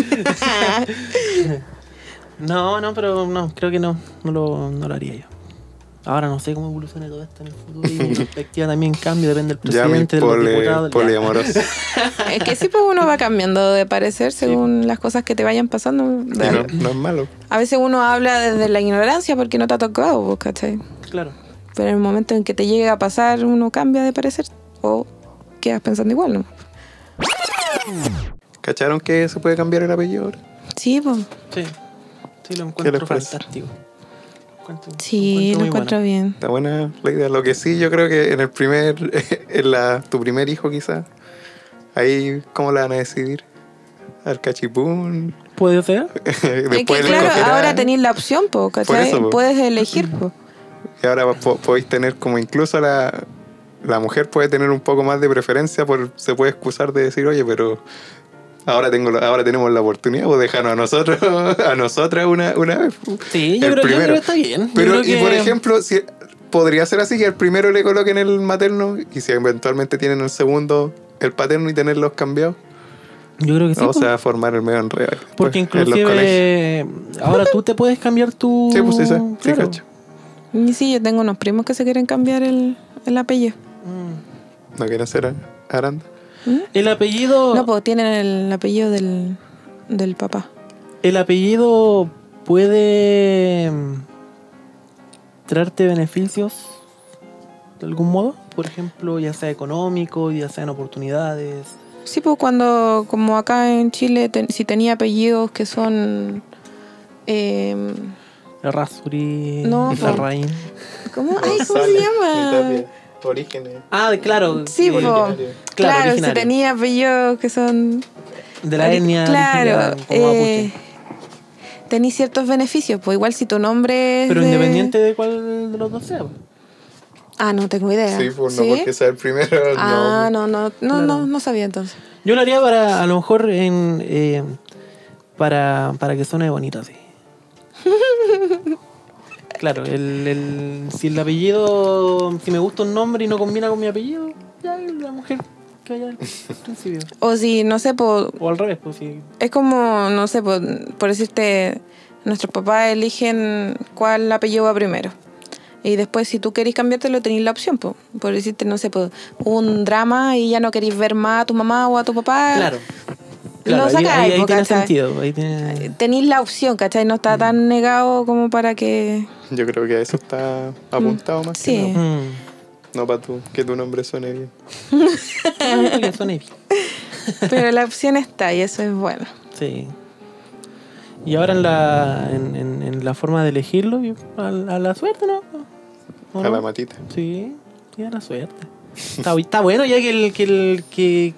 No, pero no, creo que no lo haría yo. Ahora no sé cómo evolucione todo esto en el futuro y mi perspectiva también cambia, depende del presidente, de los diputados. Poliamoroso. Es que sí, pues uno va cambiando de parecer según las cosas que te vayan pasando. No es malo. A veces uno habla desde la ignorancia porque no te ha tocado, ¿cachai? Claro. Pero en el momento en que te llegue a pasar, uno cambia de parecer o quedas pensando igual, ¿no? ¿Cacharon que se puede cambiar el apellido ahora? Sí, pues. Sí, lo encuentro fantástico. Lo encuentro bien. Está buena la idea. Lo que sí, yo creo que tu primer hijo quizás, ahí, ¿cómo la van a decidir? ¿Al cachipún? ¿Puede ser? Es que claro, ahora tenéis la opción, ¿cachai? Puedes elegir, Y ahora podéis tener como incluso la mujer puede tener un poco más de preferencia, se puede excusar de decir, oye, pero ahora tenemos la oportunidad de dejarnos a nosotras una vez. Sí, yo creo que está bien. Pero, por ejemplo, si podría ser así que al primero le coloquen el materno y si eventualmente tienen el segundo, el paterno y tenerlos cambiados. Yo creo que sí. O sea, a formar el medio enredo. Porque inclusive ahora tú te puedes cambiar tu... Sí, pues sí, claro. cacho. Y sí, yo tengo unos primos que se quieren cambiar el apellido. ¿No quieren ser Aranda? El apellido... No, pues tienen el apellido del papá. El apellido puede traerte beneficios de algún modo. Por ejemplo, ya sea económico, ya sean oportunidades. Sí, pues como acá en Chile, si tenía apellidos que son... Errázuri, Larraín. ¿Cómo? Ay, ¿cómo se llama? Orígenes. Claro. Sí, claro, si tenía apellidos que son... De la etnia. Claro. Tenís ciertos beneficios, pues igual si tu nombre es pero independiente de cuál de los dos sea. No tengo idea. Sí, pues no porque sea el primero. No sabía entonces. Yo lo haría para, a lo mejor, para que suene bonito así. Claro, si el apellido, si me gusta un nombre y no combina con mi apellido, ya la mujer que haya al principio. O si, no sé, o al revés, pues sí. Es como, no sé, por decirte, nuestros papás eligen cuál apellido va primero. Y después, si tú querés cambiártelo, tenéis la opción, por decirte, no sé, un drama y ya no queréis ver más a tu mamá o a tu papá. Claro. Lo sacáis, ahí tiene sentido. Tenéis la opción, ¿cachai? No está tan negado como para que... Yo creo que a eso está apuntado más sí. que no. No para que tu nombre suene bien. Que suene bien. Pero la opción está y eso es bueno. Sí. Y ahora en la forma de elegirlo, a la suerte, ¿no? A la matita. Sí, a la suerte. Está bueno ya que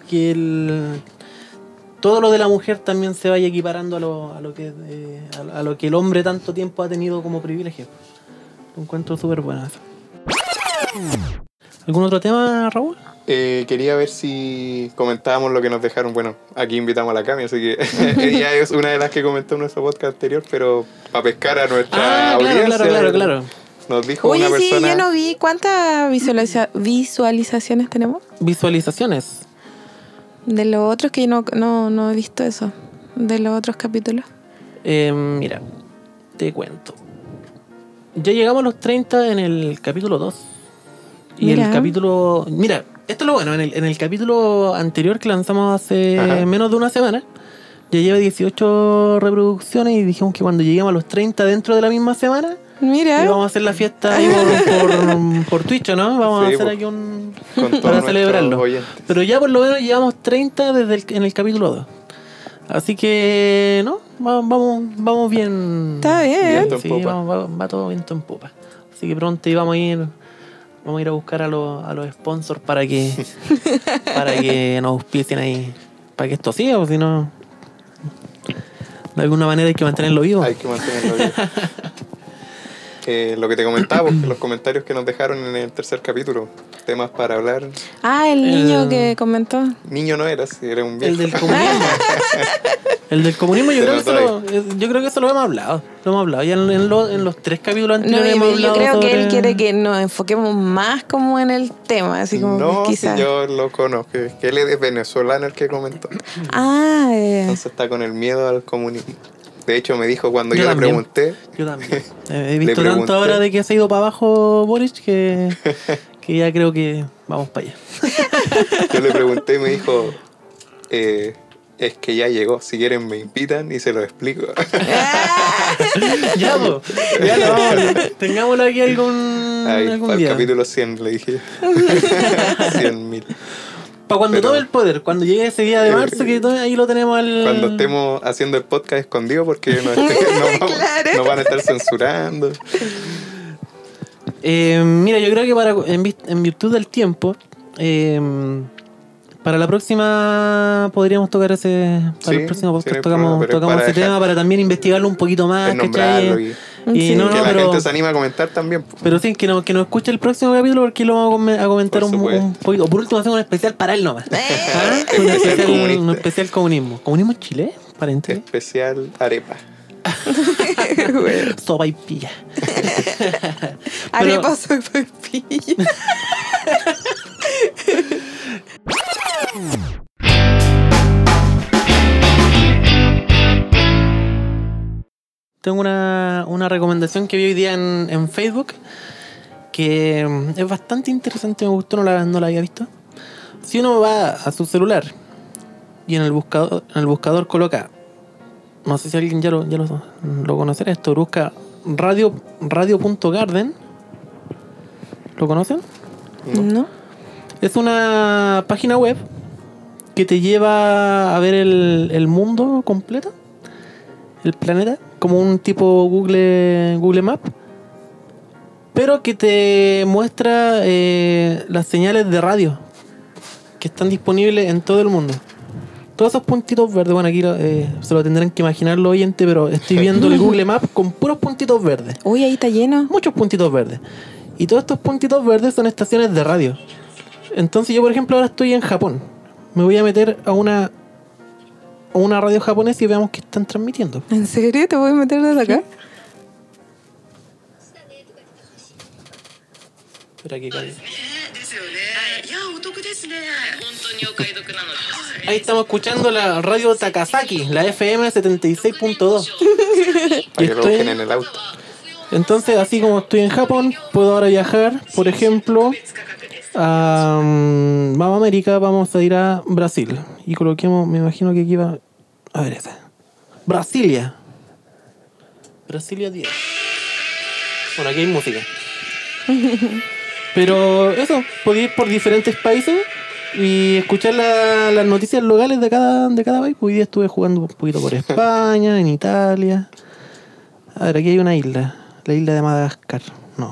todo lo de la mujer también se vaya equiparando a lo que el hombre tanto tiempo ha tenido como privilegio. Lo encuentro súper bueno eso. ¿Algún otro tema, Raúl? Quería ver si comentábamos lo que nos dejaron. Bueno, aquí invitamos a la Cami, así que ella es una de las que comentó en nuestro podcast anterior, pero para pescar a nuestra audiencia. Claro. Nos dijo una persona... Oye, sí, yo no vi. ¿Cuántas visualizaciones tenemos? ¿Visualizaciones? De los otros que yo no he visto eso. De los otros capítulos. Mira, te cuento. Ya llegamos a los 30 en el capítulo 2. Y el capítulo... Mira, esto es lo bueno. En el capítulo anterior que lanzamos hace menos de una semana, ya lleva 18 reproducciones y dijimos que cuando lleguemos a los 30 dentro de la misma semana, Mira. Y vamos a hacer la fiesta ahí por Twitch, ¿no? Vamos a hacer aquí un... para celebrarlo. Pero ya por lo menos llevamos 30 en el capítulo 2. Así que, ¿no? Vamos bien. Está bien. Sí, va todo viento en popa. Así que pronto vamos a ir a buscar a los sponsors para que nos auspicien ahí. Para que esto siga, porque si no... De alguna manera hay que mantenerlo vivo. Hay que mantenerlo vivo. Lo que te comentaba, porque los comentarios que nos dejaron en el tercer capítulo, temas para hablar. El niño que comentó. Niño no eras, era un viejo. El del comunismo. El del comunismo yo creo que eso lo hemos hablado. Lo hemos hablado. Ya en los 3 capítulos anteriores hemos hablado. Yo creo que él quiere que nos enfoquemos más como en el tema, así como no, que quizás. Si yo lo conozco, que él es venezolano el que comentó. Entonces está con el miedo al comunismo. De hecho, me dijo cuando yo le pregunté. Yo también. He visto tanto ahora de que se ha ido para abajo Boris que ya creo que vamos para allá. Yo le pregunté y me dijo: es que ya llegó. Si quieren, me invitan y se lo explico. Ya, pues. Ya lo vamos. Tengámoslo aquí algún día. Al capítulo 100 le dije. 100.000. Para cuando tome el poder, cuando llegue ese día de marzo, que ahí lo tenemos cuando estemos haciendo el podcast escondido, porque nos van a estar censurando. Mira, yo creo que en virtud del tiempo, para la próxima podríamos tocar el próximo podcast tocamos ese tema para también investigarlo un poquito más, ¿cachai? Y que la gente se anime a comentar también. Pero sí, que nos escuche el próximo capítulo, porque lo vamos a comentar un poquito. Por último, hacemos un especial para él nomás. Un especial comunismo. ¿Comunismo en Chile? Paréntesis. Especial arepa. Sopa y pilla. Arepa, sopa y pilla. Tengo una recomendación que vi hoy día en Facebook que es bastante interesante, me gustó, no la había visto. Si uno va a su celular y en el buscador coloca, no sé si alguien ya lo conocerá esto, busca radio.garden. ¿Lo conocen? No. Es una página web que te lleva a ver el mundo completo, el planeta, como un tipo Google Map, pero que te muestra las señales de radio que están disponibles en todo el mundo. Todos esos puntitos verdes, bueno, aquí se lo tendrán que imaginar los oyentes, pero estoy viendo el Google Map con puros puntitos verdes. Uy, ahí está lleno. Muchos puntitos verdes. Y todos estos puntitos verdes son estaciones de radio. Entonces yo, por ejemplo, ahora estoy en Japón. Me voy a meter a una radio japonesa y veamos qué están transmitiendo. ¿En serio? ¿Te voy a meter desde acá? Espera que cae. Ahí estamos escuchando la radio Takasaki, la FM 76.2. Para que lo busquen en el auto. Entonces, así como estoy en Japón, puedo ahora viajar, por ejemplo, a América, vamos a ir a Brasil. Y coloquemos, me imagino que aquí va... A ver esa. Brasilia 10. Bueno, aquí hay música. Pero eso, podéis ir por diferentes países y escuchar las noticias locales de cada país. Hoy día estuve jugando un poquito por España, en Italia. A ver, aquí hay una isla. La isla de Madagascar. No.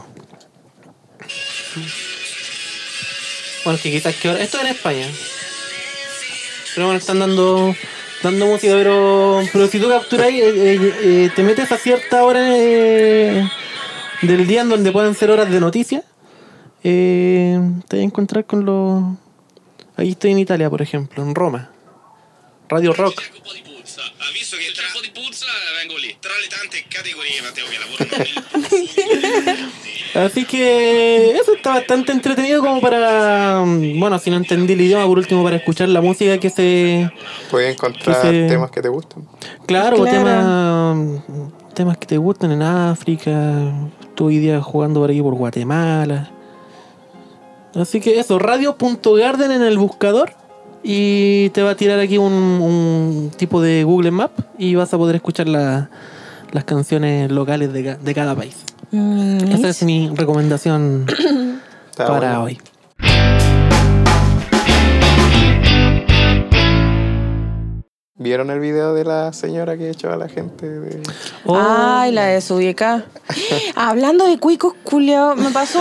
Bueno, que quizás que ahora... Esto es en España. Pero bueno, están dando música, pero si tú capturas te metes a cierta hora del día en donde pueden ser horas de noticias, te vas a encontrar con los... Ahí estoy en Italia, por ejemplo, en Roma. Radio Rock. Visto che tra un po' di puzza vengo lì. Tra le tante categorie, Matteo, che lavorano nel... Así que eso está bastante entretenido como para... Bueno, si no entendí el idioma, por último, para escuchar la música que se... Puedes encontrar temas que te gustan. Claro. Temas que te gustan en África. Estuve hoy día jugando por aquí por Guatemala. Así que eso, radio.garden en el buscador. Y te va a tirar aquí un tipo de Google Map y vas a poder escuchar las canciones locales de cada país. Esa es mi recomendación para hoy. ¿Vieron el video de la señora que echó a la gente de... Ay, la de Subica. Hablando de cuicos, culiao, me pasó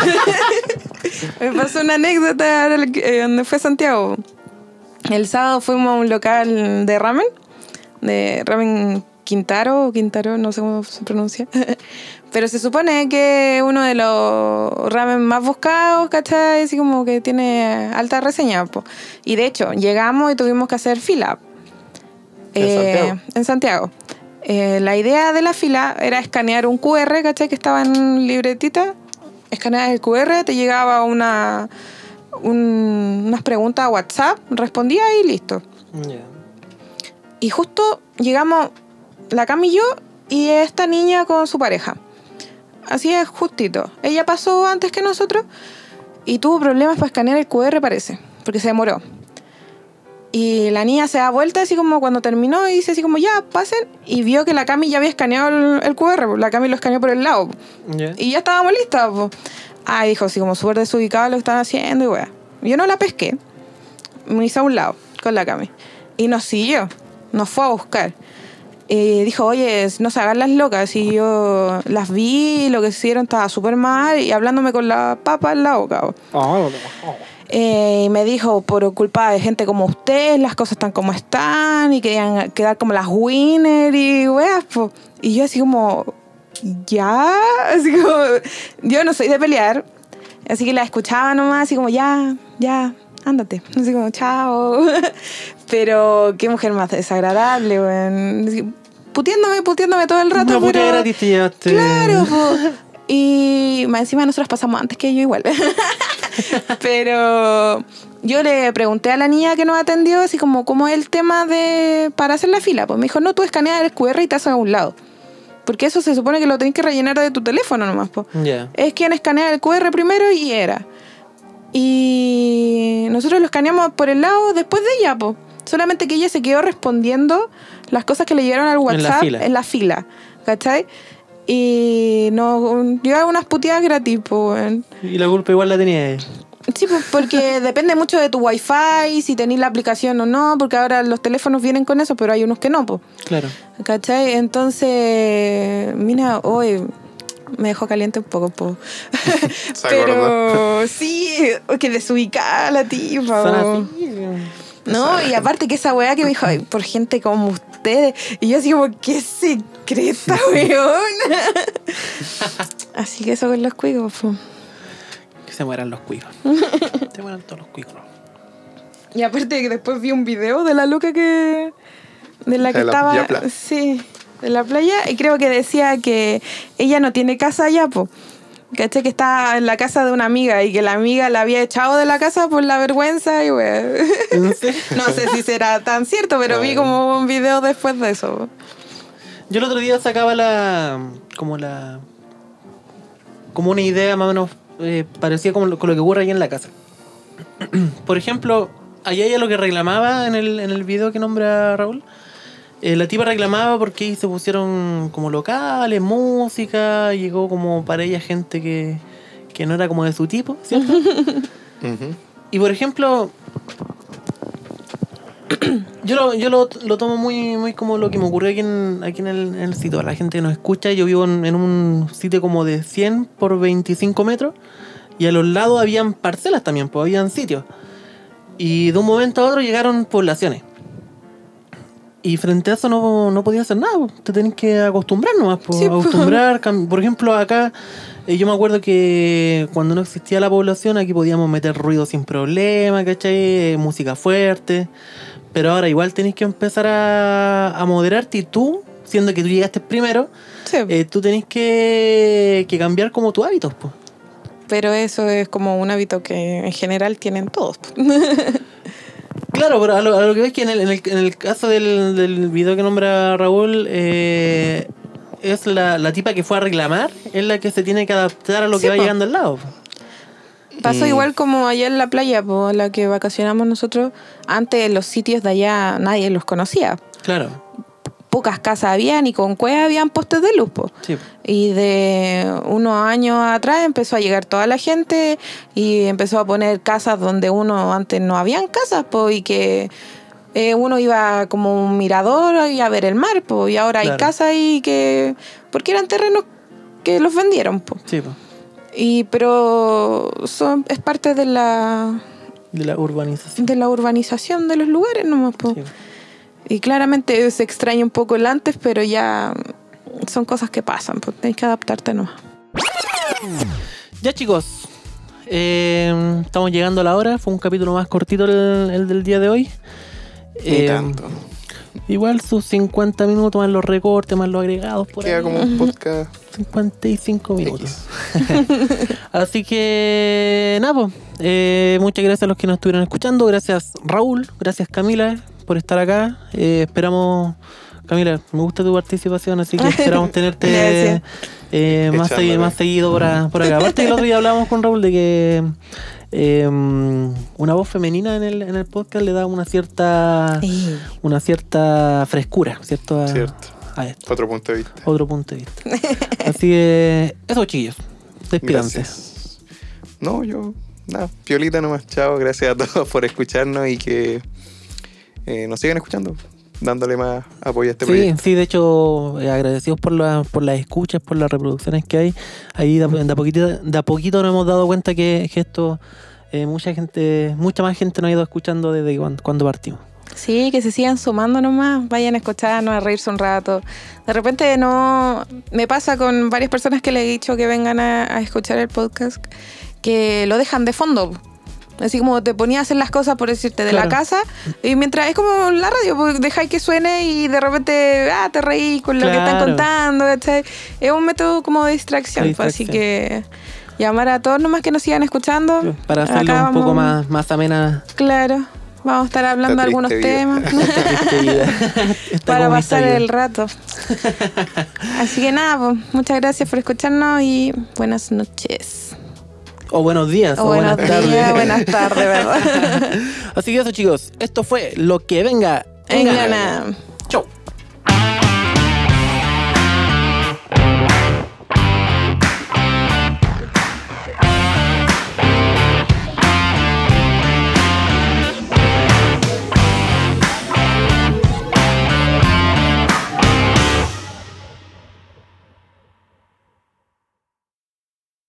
una anécdota donde fue Santiago. El sábado fuimos a un local de ramen Quintaro, no sé cómo se pronuncia. Pero se supone que uno de los ramen más buscados, ¿cachai? Así como que tiene alta reseña, po. Y de hecho, llegamos y tuvimos que hacer fila. En Santiago. La idea de la fila era escanear un QR, ¿cachai? Que estaba en libretita. Escanear el QR, te llegaba unas preguntas a WhatsApp, respondía y listo. Yeah. Y justo llegamos, la Cami y yo, y esta niña con su pareja. Así es, justito. Ella pasó antes que nosotros y tuvo problemas para escanear el QR, parece, porque se demoró. Y la niña se da vuelta así como cuando terminó y dice así como ya, pasen. Y vio que la Cami ya había escaneado el QR. La Cami lo escaneó por el lado. Yeah. Y ya estábamos listas. Dijo así como súper desubicado lo que estaban haciendo y weá. Yo no la pesqué. Me hice a un lado con la Cami. Y nos siguió. Nos fue a buscar. Dijo, oye, no se hagan las locas. Y yo las vi, lo que hicieron estaba súper mal. Y hablándome con la papa en la boca. Y me dijo, por culpa de gente como ustedes, las cosas están como están y querían quedar como las winners y weas, po. Y yo así como, ya, así como, yo no soy de pelear, así que la escuchaba nomás, así como, ya, ándate, así como, chao. Pero qué mujer más desagradable, weón. Puteándome todo el rato. Una puta gratis te llevaste. Claro, po. Y más encima nosotros pasamos antes que yo igual. Pero yo le pregunté a la niña que nos atendió así como cómo es el tema para hacer la fila. Pues me dijo, no, tú escaneas el QR y te haces a un lado. Porque eso se supone que lo tenés que rellenar de tu teléfono nomás, pues. Yeah. Es quien escanea el QR primero y era. Y nosotros lo escaneamos por el lado después de ella, pues. Solamente que ella se quedó respondiendo las cosas que le llegaron al WhatsApp en la fila. ¿Cachai? Y nos llegaron unas puteadas gratis, pues. Y la culpa igual la tenía ella. Sí, pues porque depende mucho de tu wifi, si tenés la aplicación o no, porque ahora los teléfonos vienen con eso, pero hay unos que no, pues. Claro. ¿Cachai? Entonces, mira, hoy me dejó caliente un poco, pues. Pero sí, que desubicada la tipa. No, y aparte que esa weá que me dijo, ay, por gente como ustedes. Y yo así como, qué secreta, weón. Así que eso con los cuicos, pues. Que se mueran los cuicos. Se mueran todos los cuicos. Y aparte que después vi un video de la loca de la que estaba... Sí, de la playa. Y creo que decía que ella no tiene casa allá, pues. ¿Cachai? Que está en la casa de una amiga y que la amiga la había echado de la casa por la vergüenza y weón. No sé si será tan cierto, pero vi como un video después de eso. Yo el otro día sacaba como una idea más o menos parecida con lo que ocurre ahí en la casa. Por ejemplo, allá ella lo que reclamaba en el video que nombra Raúl, la tipa reclamaba porque ahí se pusieron como locales, música, llegó como para ella gente que no era como de su tipo, ¿cierto? Uh-huh. Y por ejemplo, yo lo tomo muy como lo que me ocurrió aquí en el sitio. La gente que nos escucha, yo vivo en un sitio como de 100 por 25 metros y a los lados habían parcelas también, pues habían sitios. Y de un momento a otro llegaron poblaciones. Y frente a eso no podía hacer nada, te tenés que acostumbrar nomás, sí, acostumbrar. Por ejemplo, acá yo me acuerdo que cuando no existía la población aquí podíamos meter ruido sin problema, ¿cachai? Música fuerte. Pero ahora igual tenés que empezar a moderarte y tú, siendo que tú llegaste primero, sí, tú tenés que cambiar como tus hábitos, pues. Pero eso es como un hábito que en general tienen todos. Claro, pero a lo que ves que en el caso del video que nombra Raúl, es la tipa que fue a reclamar, es la que se tiene que adaptar a lo que va llegando al lado. Pasó igual como allá en la playa, por la que vacacionamos nosotros. Antes los sitios de allá nadie los conocía. Claro. pocas casas habían y con cuevas habían postes de luz, po. Sí. Y de unos años atrás empezó a llegar toda la gente y empezó a poner casas donde antes no habían casas, po, y que uno iba como un mirador y a ver el mar, po, y ahora hay casas ahí porque eran terrenos que los vendieron, po. Sí, po. Pero es parte de la urbanización. De la urbanización de los lugares nomás, po. Sí. Y claramente se extraña un poco el antes, pero ya son cosas que pasan, pues tenés que adaptarte nomás. Ya, chicos, estamos llegando a la hora. Fue un capítulo más cortito el del día de hoy. Ni tanto. Igual sus 50 minutos más los recortes, más los agregados por queda ahí. Como un podcast 55 minutos. Así que nada, pues, muchas gracias a los que nos estuvieron escuchando. Gracias Raúl, gracias Camila por estar acá. Esperamos, Camila, me gusta tu participación, así que esperamos tenerte más seguido por acá. Aparte que el otro día hablábamos con Raúl de que una voz femenina en el podcast le da una cierta frescura, ¿cierto? Cierto. A esto. Otro punto de vista. Así que eso, chiquillos, despídanse. Gracias. No, nada, piolita nomás. Chao, gracias a todos por escucharnos y que nos sigan escuchando, dándole más apoyo a este proyecto. Sí, de hecho, agradecidos por las escuchas, por las reproducciones que hay. Ahí de a poquito nos hemos dado cuenta que esto mucha más gente nos ha ido escuchando desde cuando partimos. Sí, que se sigan sumando nomás, vayan a escucharnos, a reírse un rato. De repente me pasa con varias personas que le he dicho que vengan a escuchar el podcast, que lo dejan de fondo. Así como te ponías a hacer las cosas, por decirte, de la casa, y mientras es como la radio, pues dejáis que suene y de repente te reís con lo que están contando, ¿cachai? Es un método como de distracción. Pues, así que llamar a todos nomás que nos sigan escuchando. Para hacerlo un poco más amena. Claro, vamos a estar hablando de algunos temas. Para pasar el rato. Así que nada, pues, muchas gracias por escucharnos y buenas noches. O buenos días, o buenas tardes. Buenas tardes, ¿verdad? Así que eso, chicos, esto fue Lo que venga en gana.